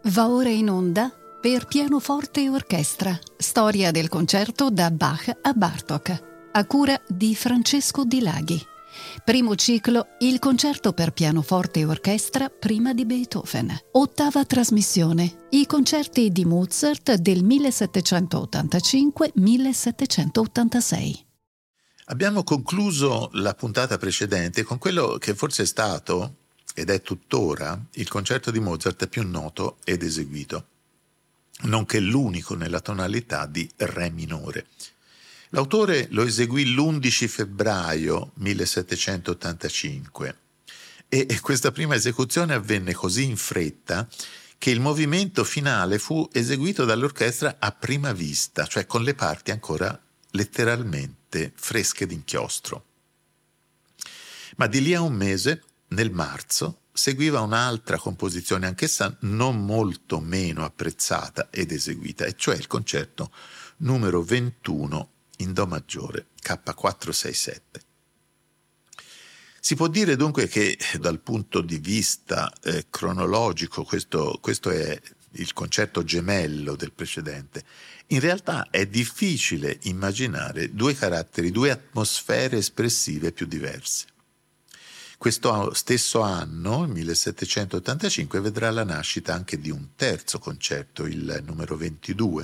Va ora in onda per pianoforte e orchestra, storia del concerto da Bach a Bartók, a cura di Francesco Di Laghi. Primo ciclo, il concerto per pianoforte e orchestra prima di Beethoven. Ottava trasmissione, i concerti di Mozart del 1785-1786. Abbiamo concluso la puntata precedente con quello che forse è stato, ed è tuttora, il concerto di Mozart più noto ed eseguito, nonché l'unico nella tonalità di Re minore. L'autore lo eseguì l'11 febbraio 1785 e questa prima esecuzione avvenne così in fretta che il movimento finale fu eseguito dall'orchestra a prima vista, cioè con le parti ancora letteralmente fresche d'inchiostro. Ma di lì a un mese, nel marzo, seguiva un'altra composizione, anch'essa non molto meno apprezzata ed eseguita, e cioè il concerto numero 21 in Do maggiore, K467. Si può dire dunque che dal punto di vista cronologico questo è il concerto gemello del precedente. In realtà è difficile immaginare due caratteri, due atmosfere espressive più diverse. Questo stesso anno, il 1785, vedrà la nascita anche di un terzo concerto, il numero 22,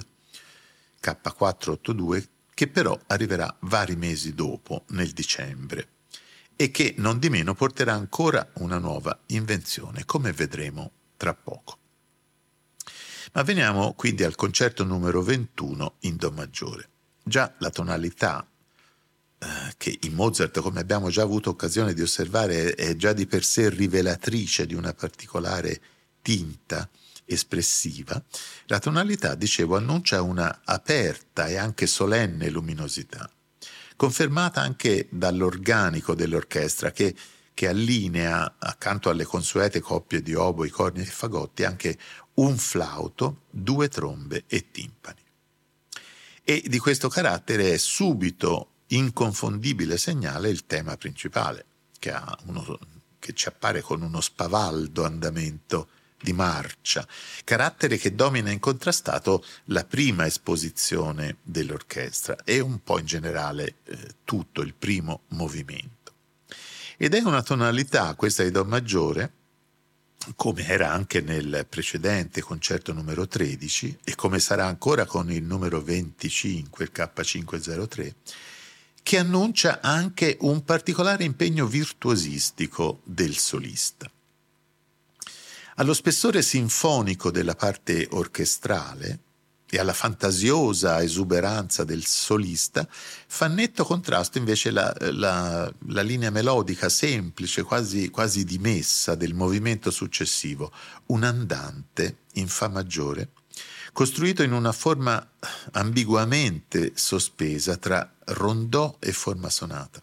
K482, che però arriverà vari mesi dopo, nel dicembre, e che non di meno porterà ancora una nuova invenzione, come vedremo tra poco. Ma veniamo quindi al concerto numero 21 in Do maggiore. Già la tonalità che in Mozart, come abbiamo già avuto occasione di osservare, è già di per sé rivelatrice di una particolare tinta espressiva, la tonalità, dicevo, annuncia una aperta e anche solenne luminosità, confermata anche dall'organico dell'orchestra che allinea, accanto alle consuete coppie di oboi, corni e fagotti, anche un flauto, due trombe e timpani. E di questo carattere è subito inconfondibile segnale il tema principale, che ci appare con uno spavaldo andamento di marcia, carattere che domina incontrastato la prima esposizione dell'orchestra e un po' in generale tutto il primo movimento. Ed è una tonalità, questa di Do maggiore, come era anche nel precedente concerto numero 13 e come sarà ancora con il numero 25, il K503, che annuncia anche un particolare impegno virtuosistico del solista. Allo spessore sinfonico della parte orchestrale e alla fantasiosa esuberanza del solista fa netto contrasto invece la linea melodica semplice, quasi dimessa del movimento successivo, un andante in Fa maggiore, costruito in una forma ambiguamente sospesa tra rondò e forma sonata.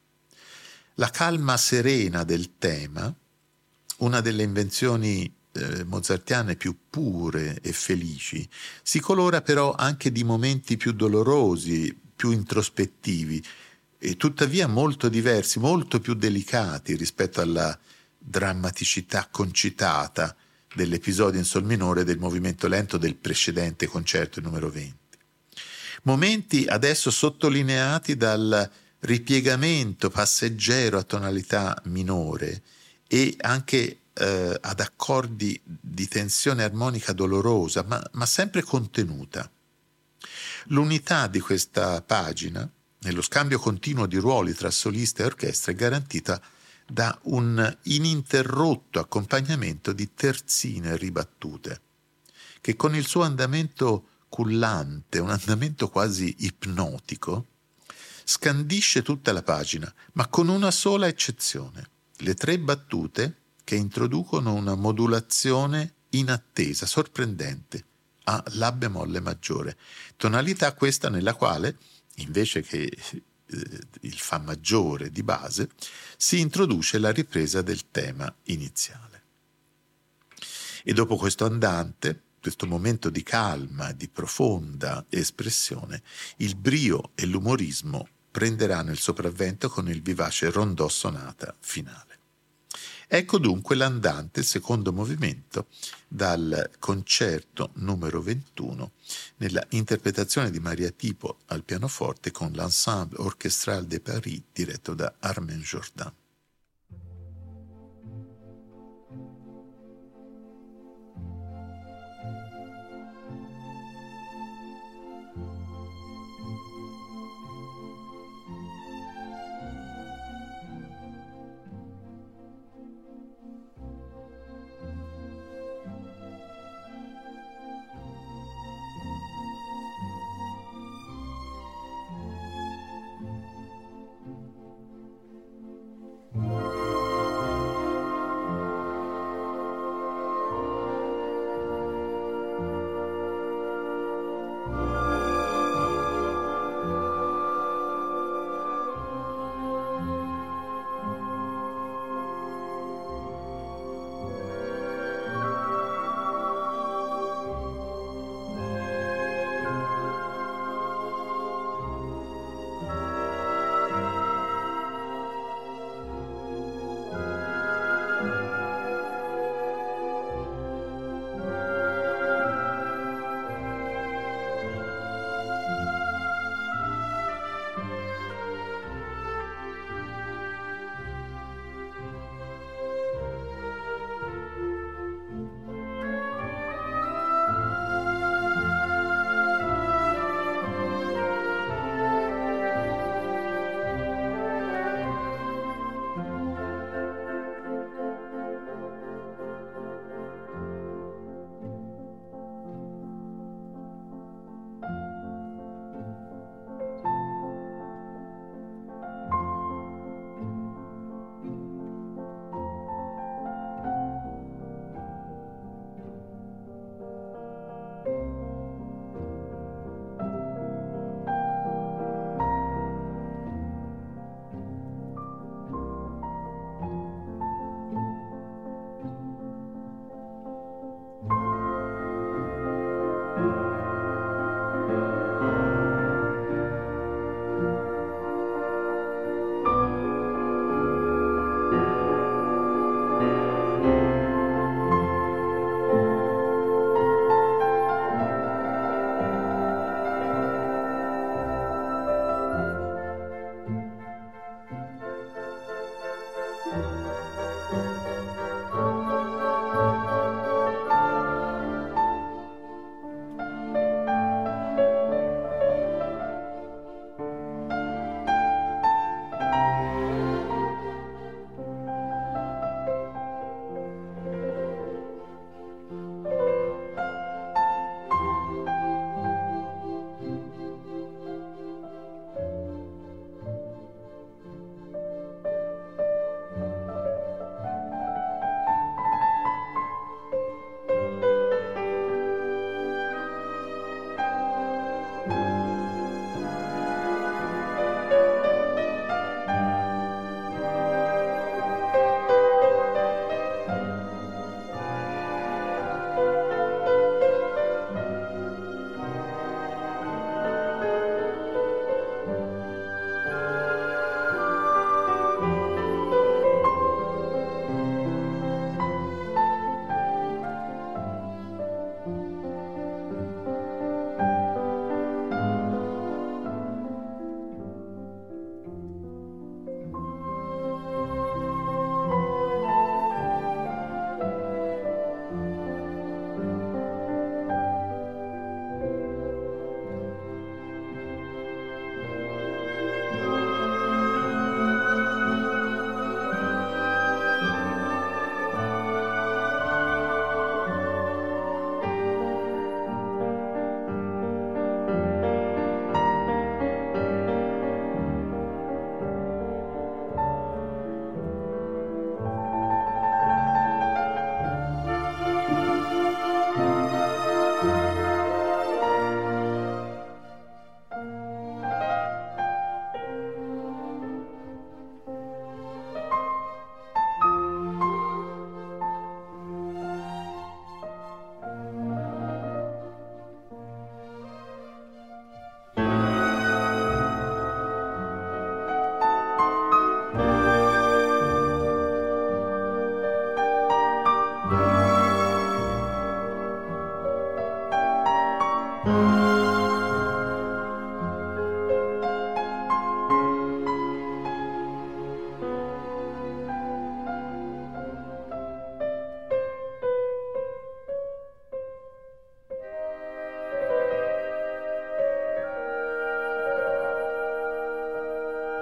La calma serena del tema, una delle invenzioni mozartiane più pure e felici, si colora però anche di momenti più dolorosi, più introspettivi, e tuttavia molto diversi, molto più delicati rispetto alla drammaticità concitata dell'episodio in sol minore del movimento lento del precedente concerto numero 20. Momenti adesso sottolineati dal ripiegamento passeggero a tonalità minore e anche ad accordi di tensione armonica dolorosa, ma sempre contenuta. L'unità di questa pagina, nello scambio continuo di ruoli tra solista e orchestra, è garantita da un ininterrotto accompagnamento di terzine ribattute, che con il suo andamento cullante, un andamento quasi ipnotico, scandisce tutta la pagina, ma con una sola eccezione: le tre battute che introducono una modulazione inattesa, sorprendente, a La bemolle maggiore, tonalità questa nella quale, invece che il Fa maggiore di base, si introduce la ripresa del tema iniziale. E dopo questo andante, questo momento di calma, di profonda espressione, il brio e l'umorismo prenderanno il sopravvento con il vivace rondò sonata finale. Ecco dunque l'andante, il secondo movimento, dal concerto numero 21, nella interpretazione di Maria Tipo al pianoforte con l'Ensemble Orchestral de Paris diretto da Armen Jordan.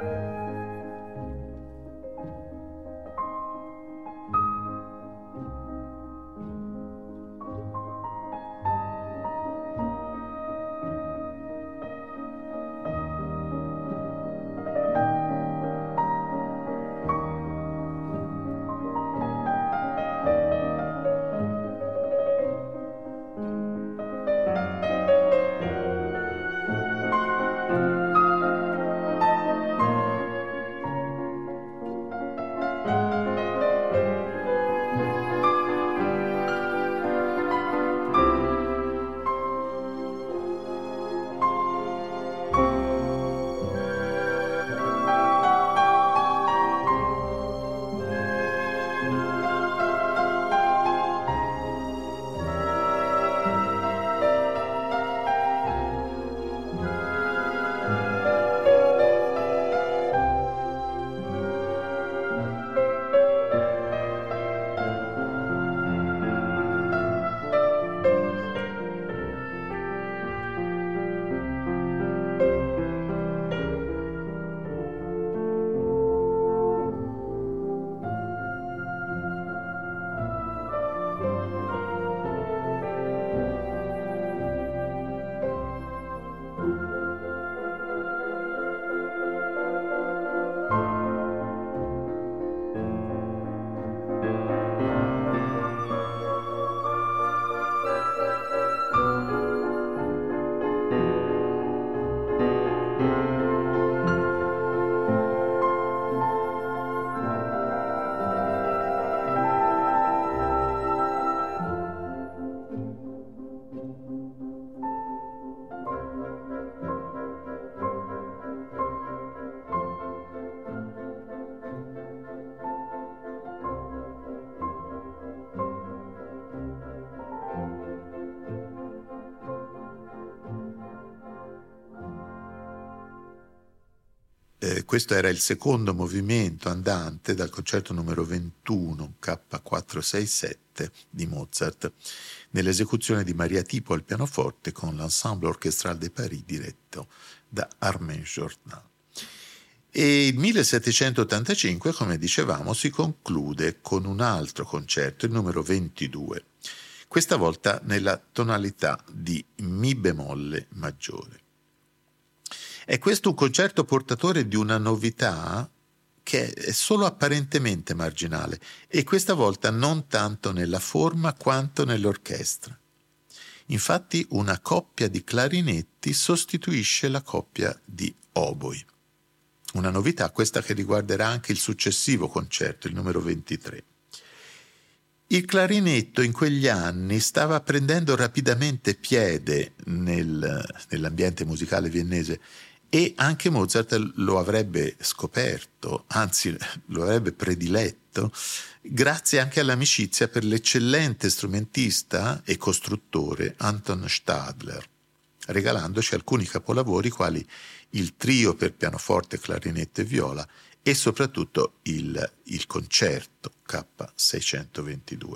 Questo era il secondo movimento andante dal concerto numero 21 K467 di Mozart, nell'esecuzione di Maria Tipo al pianoforte con l'Ensemble Orchestral de Paris diretto da Armand Jordan. E il 1785, come dicevamo, si conclude con un altro concerto, il numero 22, questa volta nella tonalità di Mi bemolle maggiore. È questo un concerto portatore di una novità che è solo apparentemente marginale e questa volta non tanto nella forma quanto nell'orchestra. Infatti una coppia di clarinetti sostituisce la coppia di oboi. Una novità questa che riguarderà anche il successivo concerto, il numero 23. Il clarinetto in quegli anni stava prendendo rapidamente piede nell'ambiente musicale viennese e anche Mozart lo avrebbe scoperto, anzi lo avrebbe prediletto, grazie anche all'amicizia per l'eccellente strumentista e costruttore Anton Stadler, regalandoci alcuni capolavori quali il trio per pianoforte, clarinetto e viola e soprattutto il concerto K622.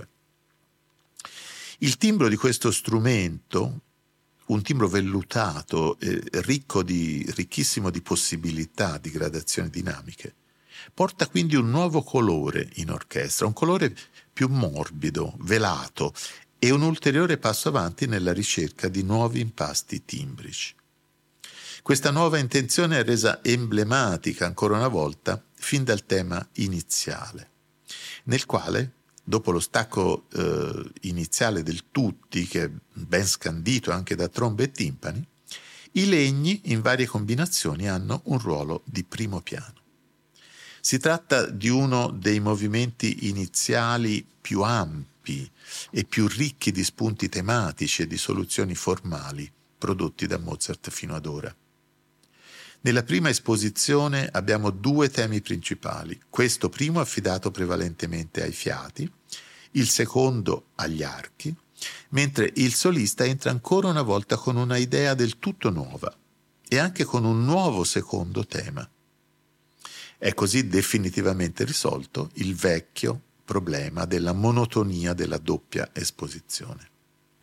Il timbro di questo strumento, un timbro vellutato, ricchissimo di possibilità di gradazioni dinamiche, porta quindi un nuovo colore in orchestra, un colore più morbido, velato e un ulteriore passo avanti nella ricerca di nuovi impasti timbrici. Questa nuova intenzione è resa emblematica ancora una volta fin dal tema iniziale, nel quale, dopo lo stacco iniziale del tutti, che è ben scandito anche da trombe e timpani, i legni in varie combinazioni hanno un ruolo di primo piano. Si tratta di uno dei movimenti iniziali più ampi e più ricchi di spunti tematici e di soluzioni formali prodotti da Mozart fino ad ora. Nella prima esposizione abbiamo due temi principali, questo primo affidato prevalentemente ai fiati, il secondo agli archi, mentre il solista entra ancora una volta con una idea del tutto nuova e anche con un nuovo secondo tema. È così definitivamente risolto il vecchio problema della monotonia della doppia esposizione.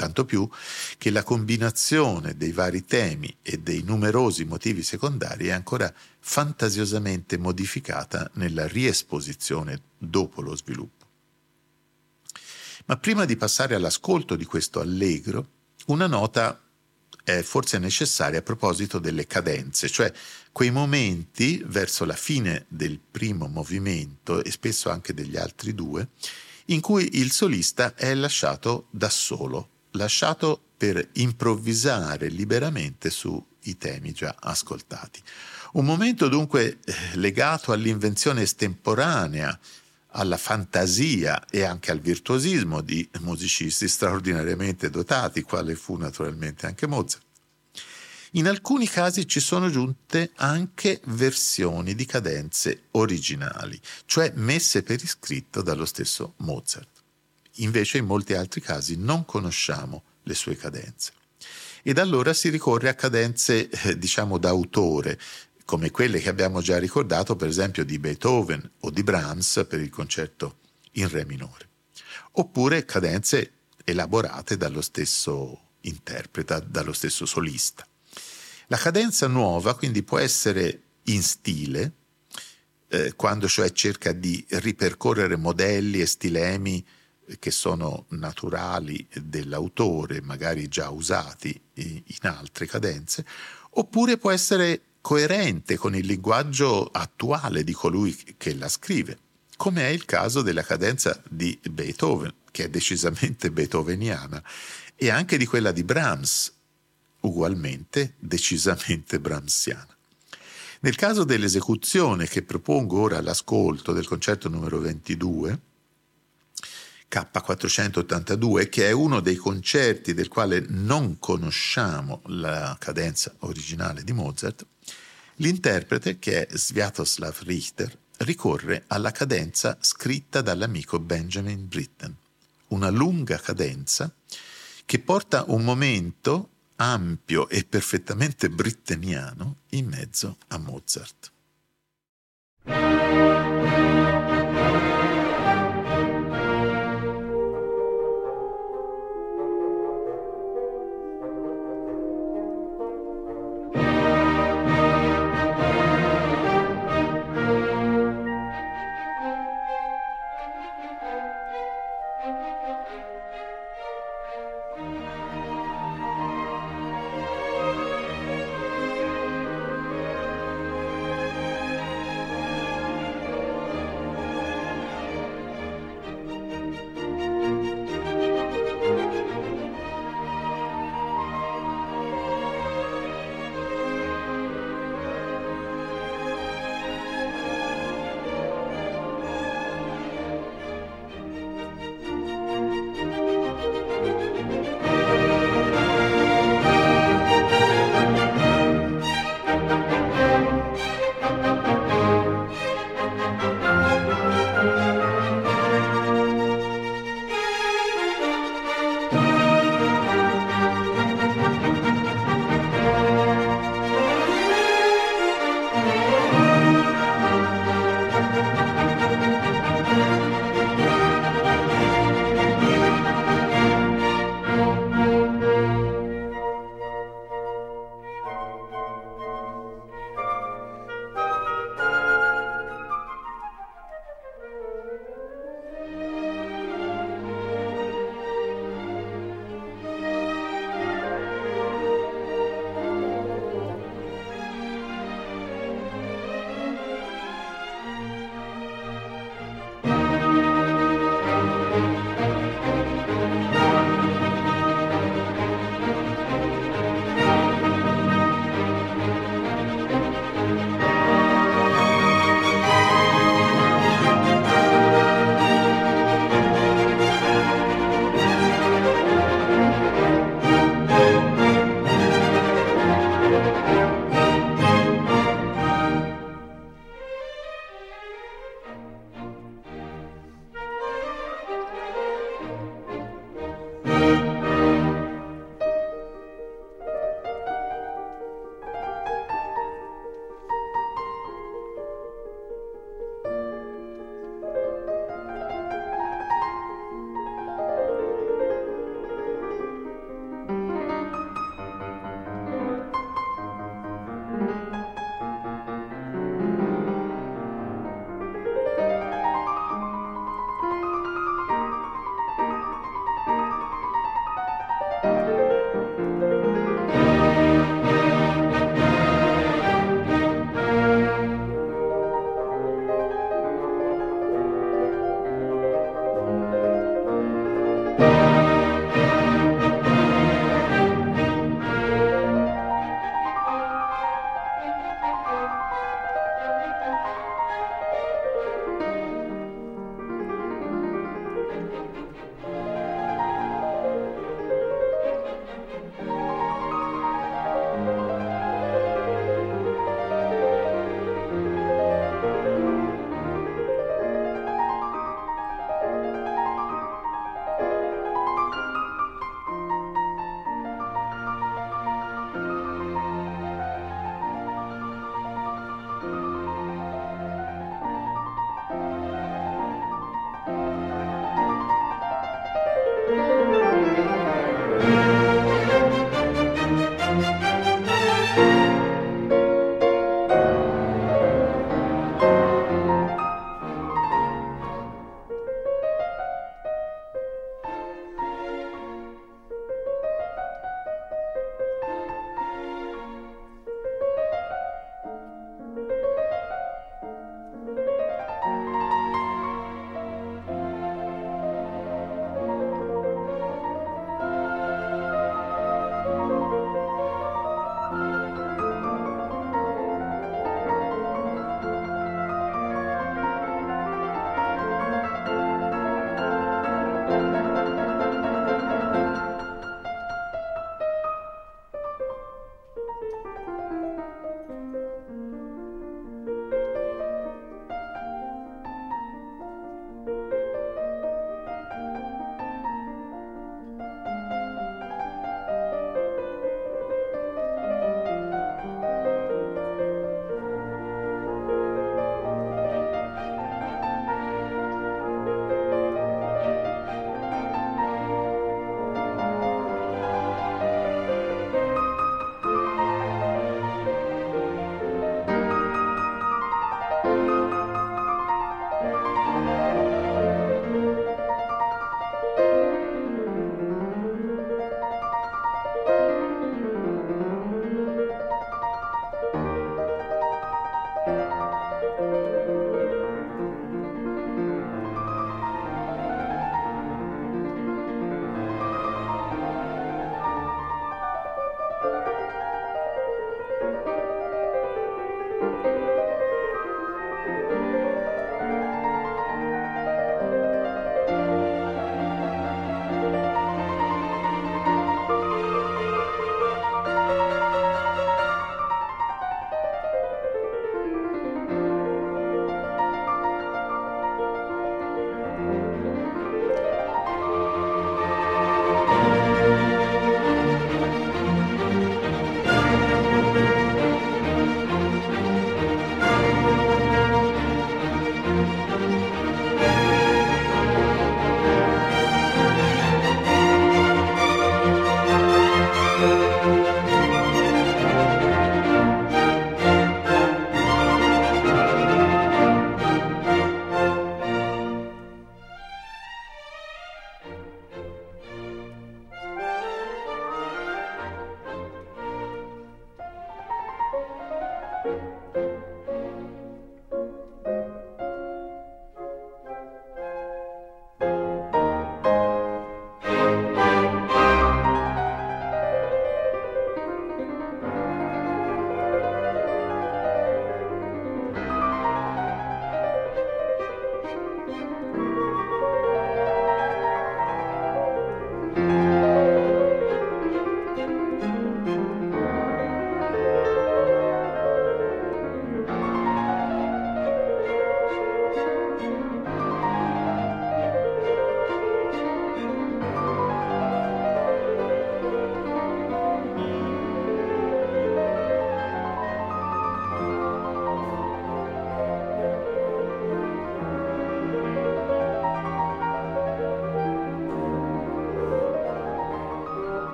tanto più che la combinazione dei vari temi e dei numerosi motivi secondari è ancora fantasiosamente modificata nella riesposizione dopo lo sviluppo. Ma prima di passare all'ascolto di questo allegro, una nota è forse necessaria a proposito delle cadenze, cioè quei momenti verso la fine del primo movimento e spesso anche degli altri due, in cui il solista è lasciato da solo, lasciato per improvvisare liberamente sui temi già ascoltati. Un momento dunque legato all'invenzione estemporanea, alla fantasia e anche al virtuosismo di musicisti straordinariamente dotati, quale fu naturalmente anche Mozart. In alcuni casi ci sono giunte anche versioni di cadenze originali, cioè messe per iscritto dallo stesso Mozart. Invece in molti altri casi non conosciamo le sue cadenze. Ed allora si ricorre a cadenze, diciamo, d'autore, come quelle che abbiamo già ricordato, per esempio di Beethoven o di Brahms per il concerto in re minore, oppure cadenze elaborate dallo stesso interprete, dallo stesso solista. La cadenza nuova quindi può essere in stile, quando cioè cerca di ripercorrere modelli e stilemi che sono naturali dell'autore, magari già usati in altre cadenze, oppure può essere coerente con il linguaggio attuale di colui che la scrive, come è il caso della cadenza di Beethoven, che è decisamente beethoveniana, e anche di quella di Brahms, ugualmente decisamente brahmsiana. Nel caso dell'esecuzione che propongo ora all'ascolto del concerto numero 22, K482, che è uno dei concerti del quale non conosciamo la cadenza originale di Mozart, l'interprete, che è Sviatoslav Richter, ricorre alla cadenza scritta dall'amico Benjamin Britten, una lunga cadenza che porta un momento ampio e perfettamente britteniano in mezzo a Mozart.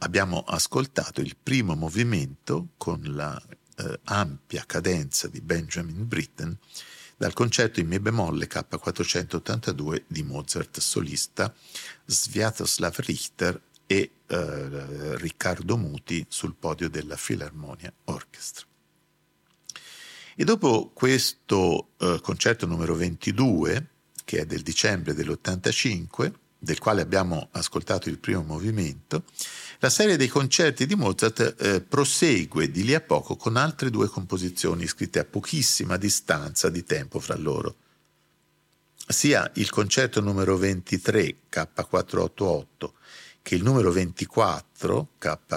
abbiamo ascoltato il primo movimento con la ampia cadenza di Benjamin Britten dal concerto in mi bemolle K482 di Mozart solista, Sviatoslav Richter e Riccardo Muti sul podio della Philharmonia Orchestra. E dopo questo concerto numero 22, che è del dicembre dell'85, del quale abbiamo ascoltato il primo movimento, la serie dei concerti di Mozart prosegue di lì a poco con altre due composizioni scritte a pochissima distanza di tempo fra loro. Sia il concerto numero 23 K488 che il numero 24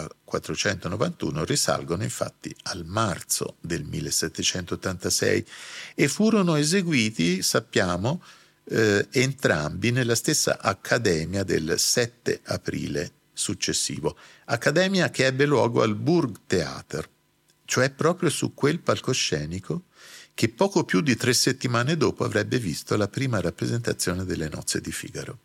K491 risalgono infatti al marzo del 1786 e furono eseguiti, sappiamo, entrambi nella stessa accademia del 7 aprile successivo, accademia che ebbe luogo al Burgtheater, cioè proprio su quel palcoscenico che poco più di 3 settimane dopo avrebbe visto la prima rappresentazione delle Nozze di Figaro.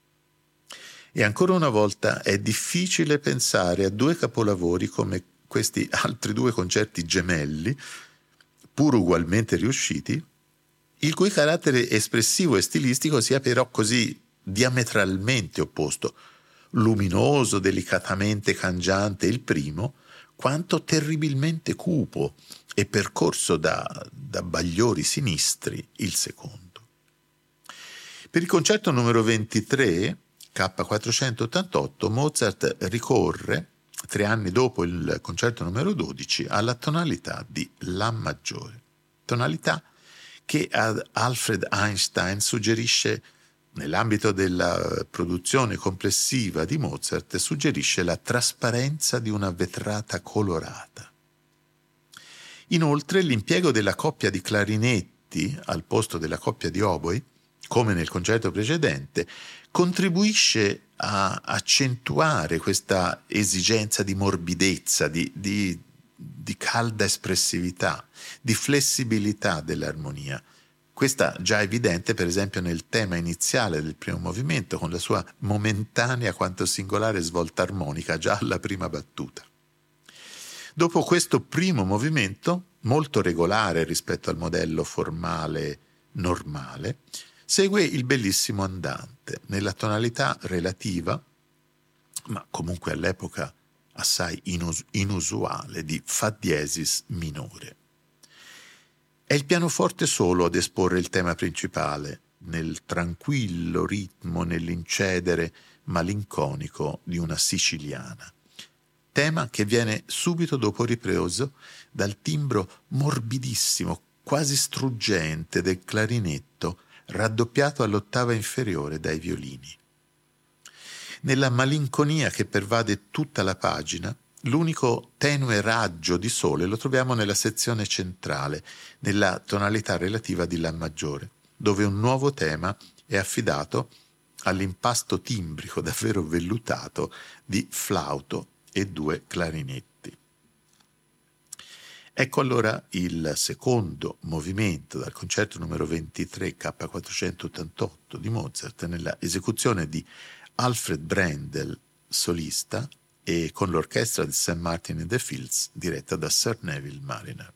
E ancora una volta è difficile pensare a due capolavori come questi altri due concerti gemelli, pur ugualmente riusciti, il cui carattere espressivo e stilistico sia però così diametralmente opposto, luminoso, delicatamente cangiante il primo, quanto terribilmente cupo e percorso da bagliori sinistri il secondo. Per il concerto numero 23, K488, Mozart ricorre, 3 anni dopo il concerto numero 12, alla tonalità di La maggiore, tonalità che ad Alfred Einstein suggerisce, nell'ambito della produzione complessiva di Mozart, suggerisce la trasparenza di una vetrata colorata. Inoltre l'impiego della coppia di clarinetti al posto della coppia di oboi, come nel concerto precedente, contribuisce a accentuare questa esigenza di morbidezza, di calda espressività, di flessibilità dell'armonia. Questa già evidente per esempio nel tema iniziale del primo movimento, con la sua momentanea quanto singolare svolta armonica già alla prima battuta. Dopo questo primo movimento, molto regolare rispetto al modello formale normale, segue il bellissimo andante, nella tonalità relativa, ma comunque all'epoca assai inusuale, di Fa diesis minore. È il pianoforte solo ad esporre il tema principale, nel tranquillo ritmo, nell'incedere malinconico di una siciliana. Tema che viene subito dopo ripreso dal timbro morbidissimo, quasi struggente del clarinetto, raddoppiato all'ottava inferiore dai violini. Nella malinconia che pervade tutta la pagina, l'unico tenue raggio di sole lo troviamo nella sezione centrale, nella tonalità relativa di La maggiore, dove un nuovo tema è affidato all'impasto timbrico davvero vellutato di flauto e 2 clarinetti. Ecco allora il secondo movimento dal concerto numero 23 K488 di Mozart nella esecuzione di Alfred Brendel solista e con l'orchestra di St. Martin in the Fields diretta da Sir Neville Mariner.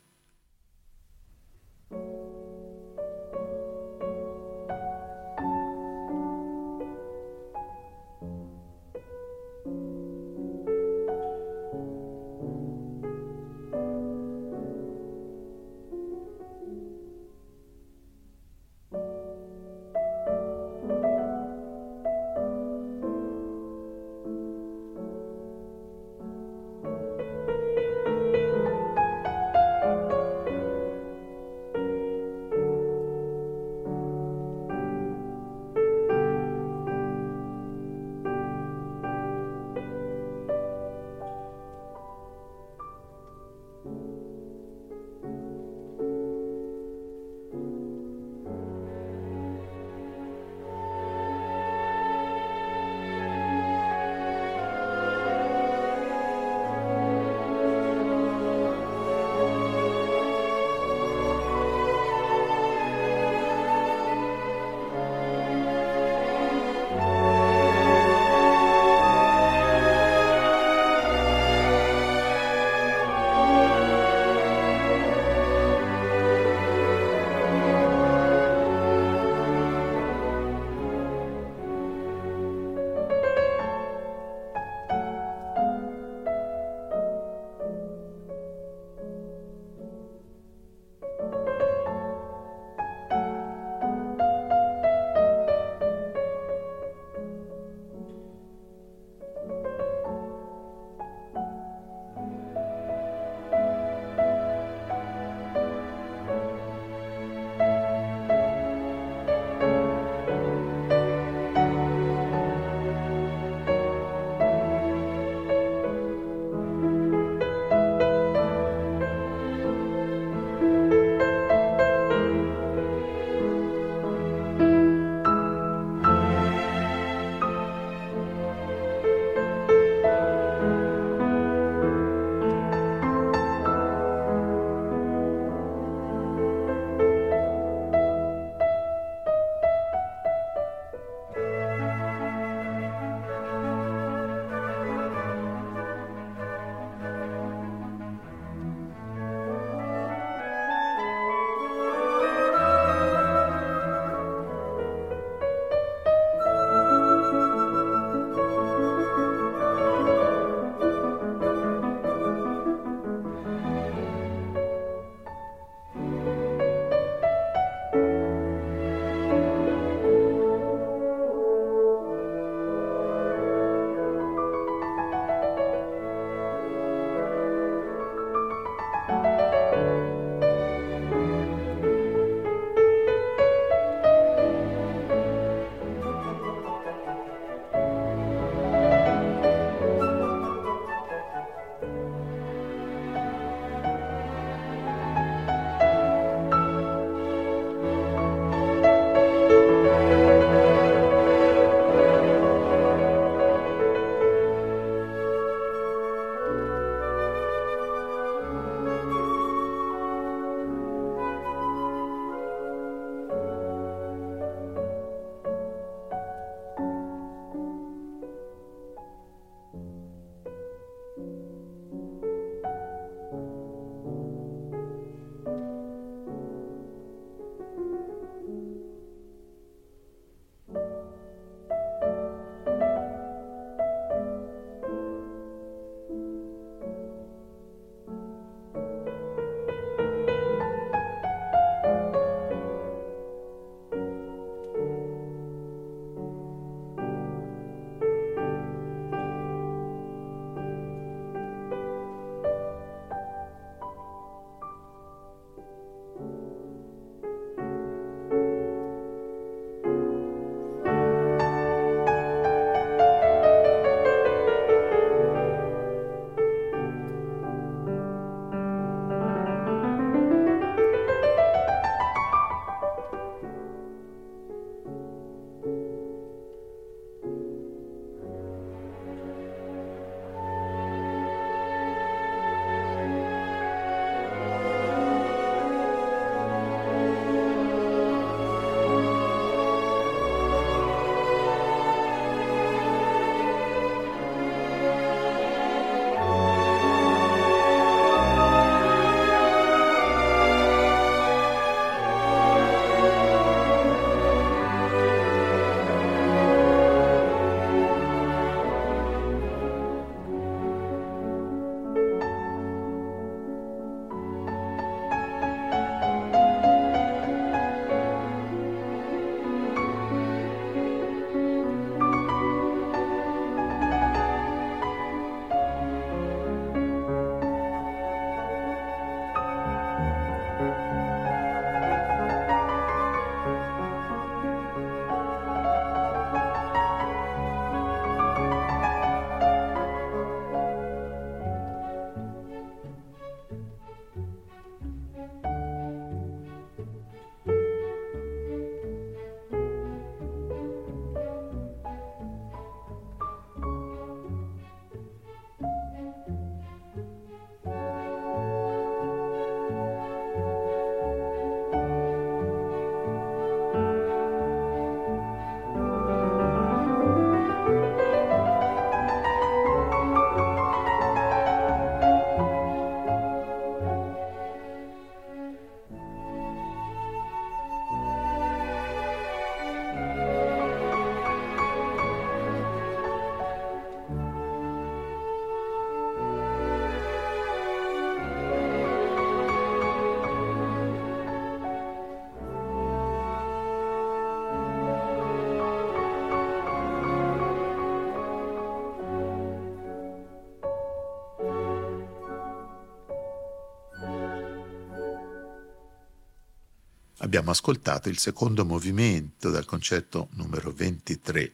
Abbiamo ascoltato il secondo movimento dal concerto numero 23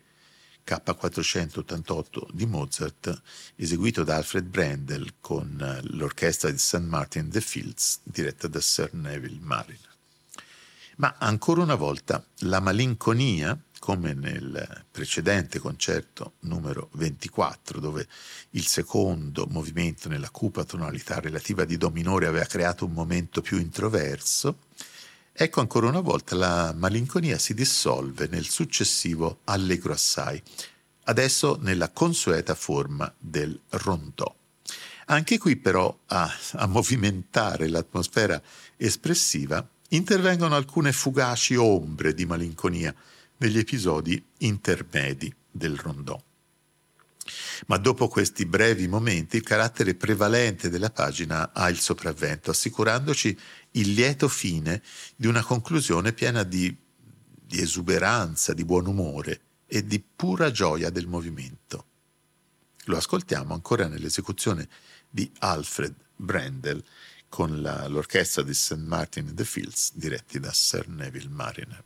K488 di Mozart, eseguito da Alfred Brendel con l'orchestra di St. Martin in the Fields diretta da Sir Neville Mariner. Ma ancora una volta la malinconia, come nel precedente concerto numero 24, dove il secondo movimento nella cupa tonalità relativa di do minore aveva creato un momento più introverso, ecco ancora una volta la malinconia si dissolve nel successivo allegro assai, adesso nella consueta forma del rondò. Anche qui però a movimentare l'atmosfera espressiva intervengono alcune fugaci ombre di malinconia negli episodi intermedi del rondò. Ma dopo questi brevi momenti il carattere prevalente della pagina ha il sopravvento, assicurandoci il lieto fine di una conclusione piena di esuberanza, di buon umore e di pura gioia del movimento. Lo ascoltiamo ancora nell'esecuzione di Alfred Brendel con l'orchestra di St. Martin in the Fields diretti da Sir Neville Mariner.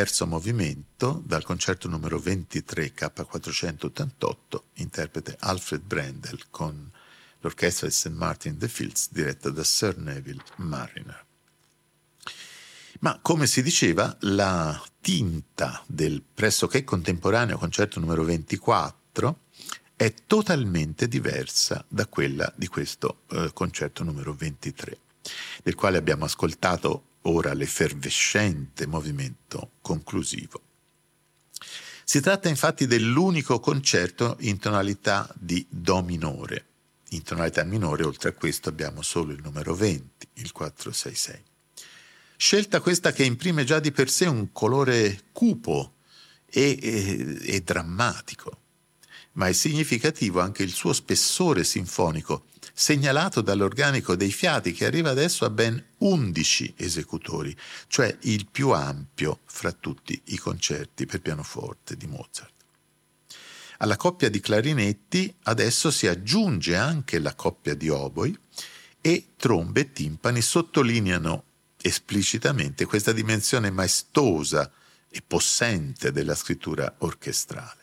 terzo movimento dal concerto numero 23 K488, interprete Alfred Brendel con l'orchestra di St. Martin in the Fields diretta da Sir Neville Marriner. Ma come si diceva, la tinta del pressoché contemporaneo concerto numero 24 è totalmente diversa da quella di questo concerto numero 23, del quale abbiamo ascoltato ora l'effervescente movimento conclusivo. Si tratta infatti dell'unico concerto in tonalità di Do minore. In tonalità minore, oltre a questo, abbiamo solo il numero 20, il 466. Scelta questa che imprime già di per sé un colore cupo e drammatico, ma è significativo anche il suo spessore sinfonico, segnalato dall'organico dei fiati che arriva adesso a ben 11 esecutori, cioè il più ampio fra tutti i concerti per pianoforte di Mozart. Alla coppia di clarinetti adesso si aggiunge anche la coppia di oboi e trombe e timpani sottolineano esplicitamente questa dimensione maestosa e possente della scrittura orchestrale.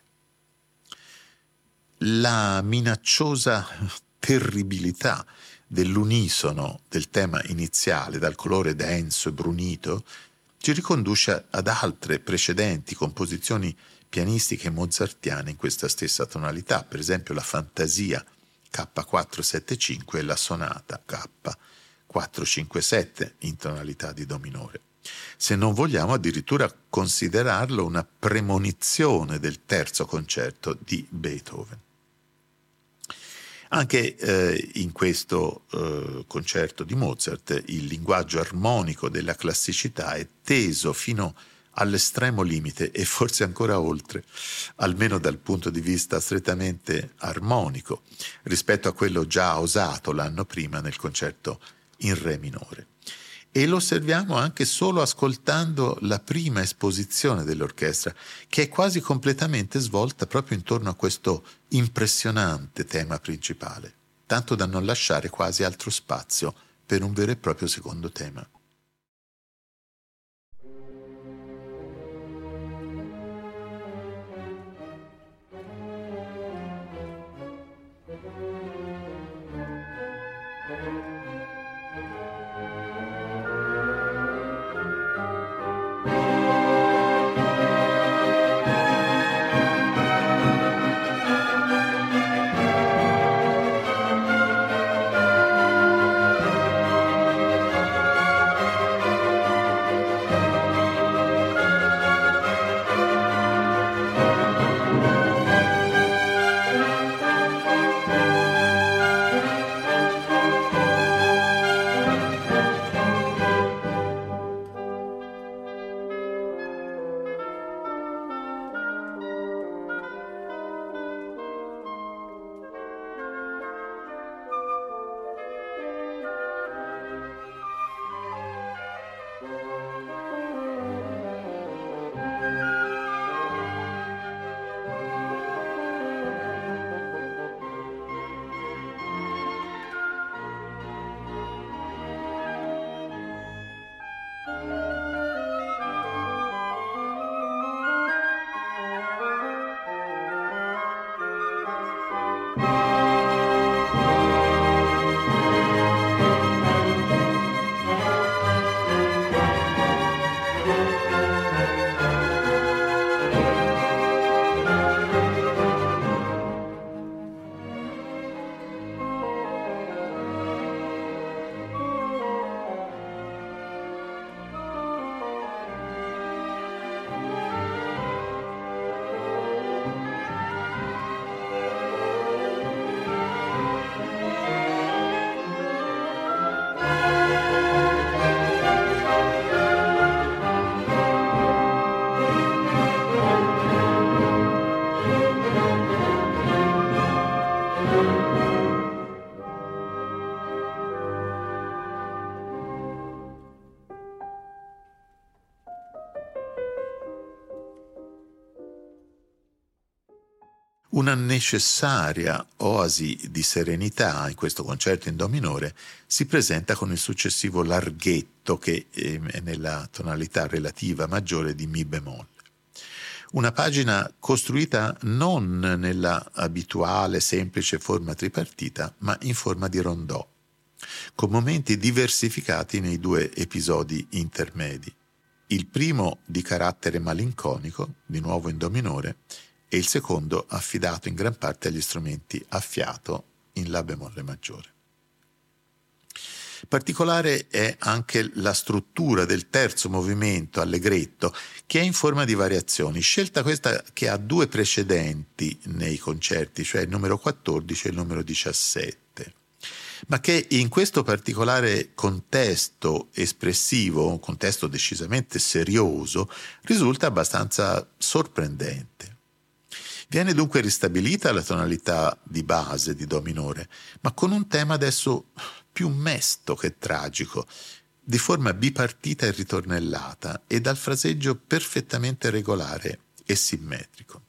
La minacciosa terribilità dell'unisono del tema iniziale, dal colore denso e brunito, ci riconduce ad altre precedenti composizioni pianistiche mozartiane in questa stessa tonalità, per esempio la Fantasia K475 e la Sonata K457 in tonalità di Do minore. Se non vogliamo addirittura considerarlo una premonizione del terzo concerto di Beethoven. Anche in questo concerto di Mozart il linguaggio armonico della classicità è teso fino all'estremo limite e forse ancora oltre, almeno dal punto di vista strettamente armonico, rispetto a quello già osato l'anno prima nel concerto in Re minore. E lo osserviamo anche solo ascoltando la prima esposizione dell'orchestra, che è quasi completamente svolta proprio intorno a questo impressionante tema principale, tanto da non lasciare quasi altro spazio per un vero e proprio secondo tema. Una necessaria oasi di serenità in questo concerto in do minore si presenta con il successivo larghetto che è nella tonalità relativa maggiore di Mi bemolle. Una pagina costruita non nella abituale semplice forma tripartita, ma in forma di rondò, con momenti diversificati nei due episodi intermedi. Il primo di carattere malinconico, di nuovo in do minore, e il secondo affidato in gran parte agli strumenti a fiato in La bemolle maggiore. Particolare è anche la struttura del terzo movimento, allegretto, che è in forma di variazioni, scelta questa che ha due precedenti nei concerti, cioè il numero 14 e il numero 17, ma che in questo particolare contesto espressivo, un contesto decisamente serioso, risulta abbastanza sorprendente. Viene dunque ristabilita la tonalità di base di do minore, ma con un tema adesso più mesto che tragico, di forma bipartita e ritornellata e dal fraseggio perfettamente regolare e simmetrico.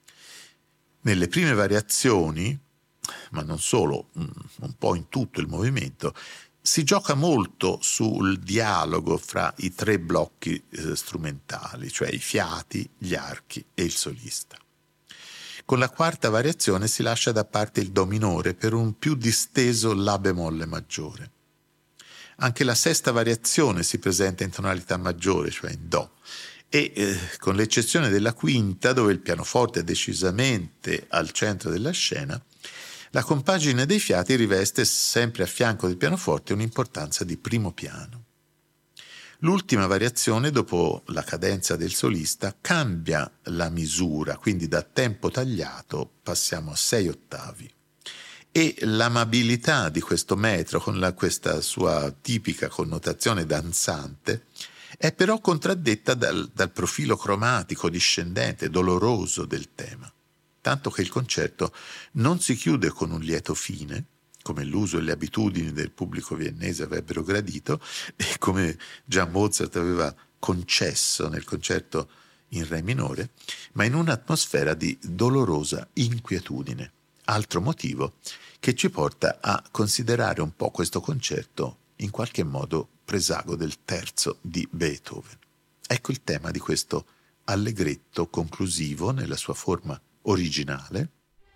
Nelle prime variazioni, ma non solo, un po' in tutto il movimento, si gioca molto sul dialogo fra i tre blocchi strumentali, cioè i fiati, gli archi e il solista. Con la quarta variazione si lascia da parte il do minore per un più disteso La bemolle maggiore. Anche la sesta variazione si presenta in tonalità maggiore, cioè in do, e con l'eccezione della quinta, dove il pianoforte è decisamente al centro della scena, la compagine dei fiati riveste sempre a fianco del pianoforte un'importanza di primo piano. L'ultima variazione, dopo la cadenza del solista, cambia la misura, quindi da tempo tagliato passiamo a 6 ottavi. E l'amabilità di questo metro, con questa sua tipica connotazione danzante, è però contraddetta dal profilo cromatico discendente, doloroso del tema, tanto che il concerto non si chiude con un lieto fine, come l'uso e le abitudini del pubblico viennese avrebbero gradito e come già Mozart aveva concesso nel concerto in re minore, ma in un'atmosfera di dolorosa inquietudine, altro motivo che ci porta a considerare un po' questo concerto in qualche modo presago del terzo di Beethoven. Ecco il tema di questo allegretto conclusivo nella sua forma originale.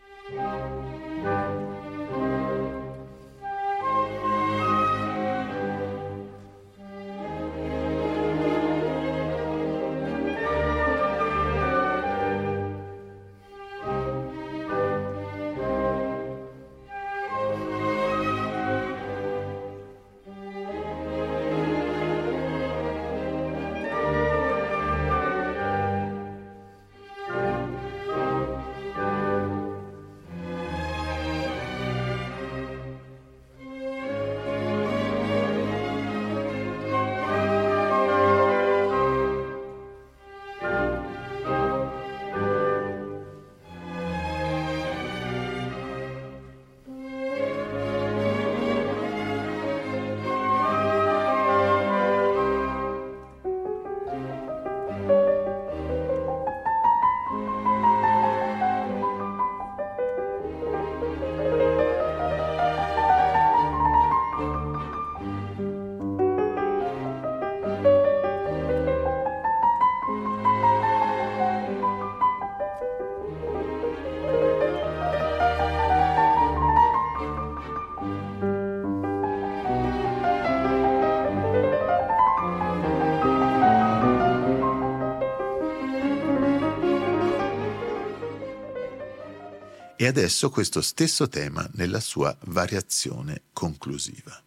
E adesso questo stesso tema nella sua variazione conclusiva.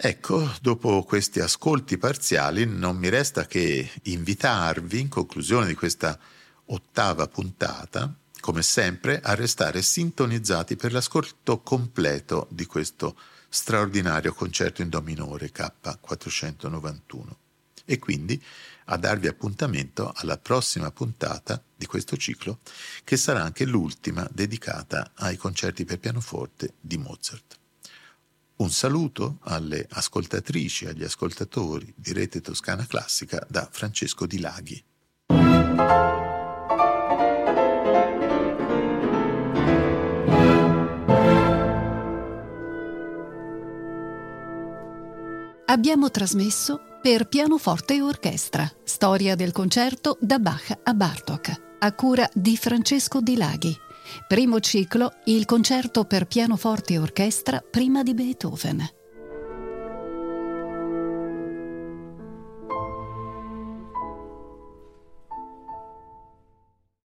Ecco, dopo questi ascolti parziali non mi resta che invitarvi, in conclusione di questa 8ª puntata, come sempre, a restare sintonizzati per l'ascolto completo di questo straordinario concerto in Do minore K491 e quindi a darvi appuntamento alla prossima puntata di questo ciclo, che sarà anche l'ultima dedicata ai concerti per pianoforte di Mozart. Un saluto alle ascoltatrici e agli ascoltatori di Rete Toscana Classica da Francesco Di Laghi. Abbiamo trasmesso Per pianoforte e orchestra, storia del concerto da Bach a Bartók, a cura di Francesco Di Laghi. Primo ciclo, il concerto per pianoforte e orchestra prima di Beethoven.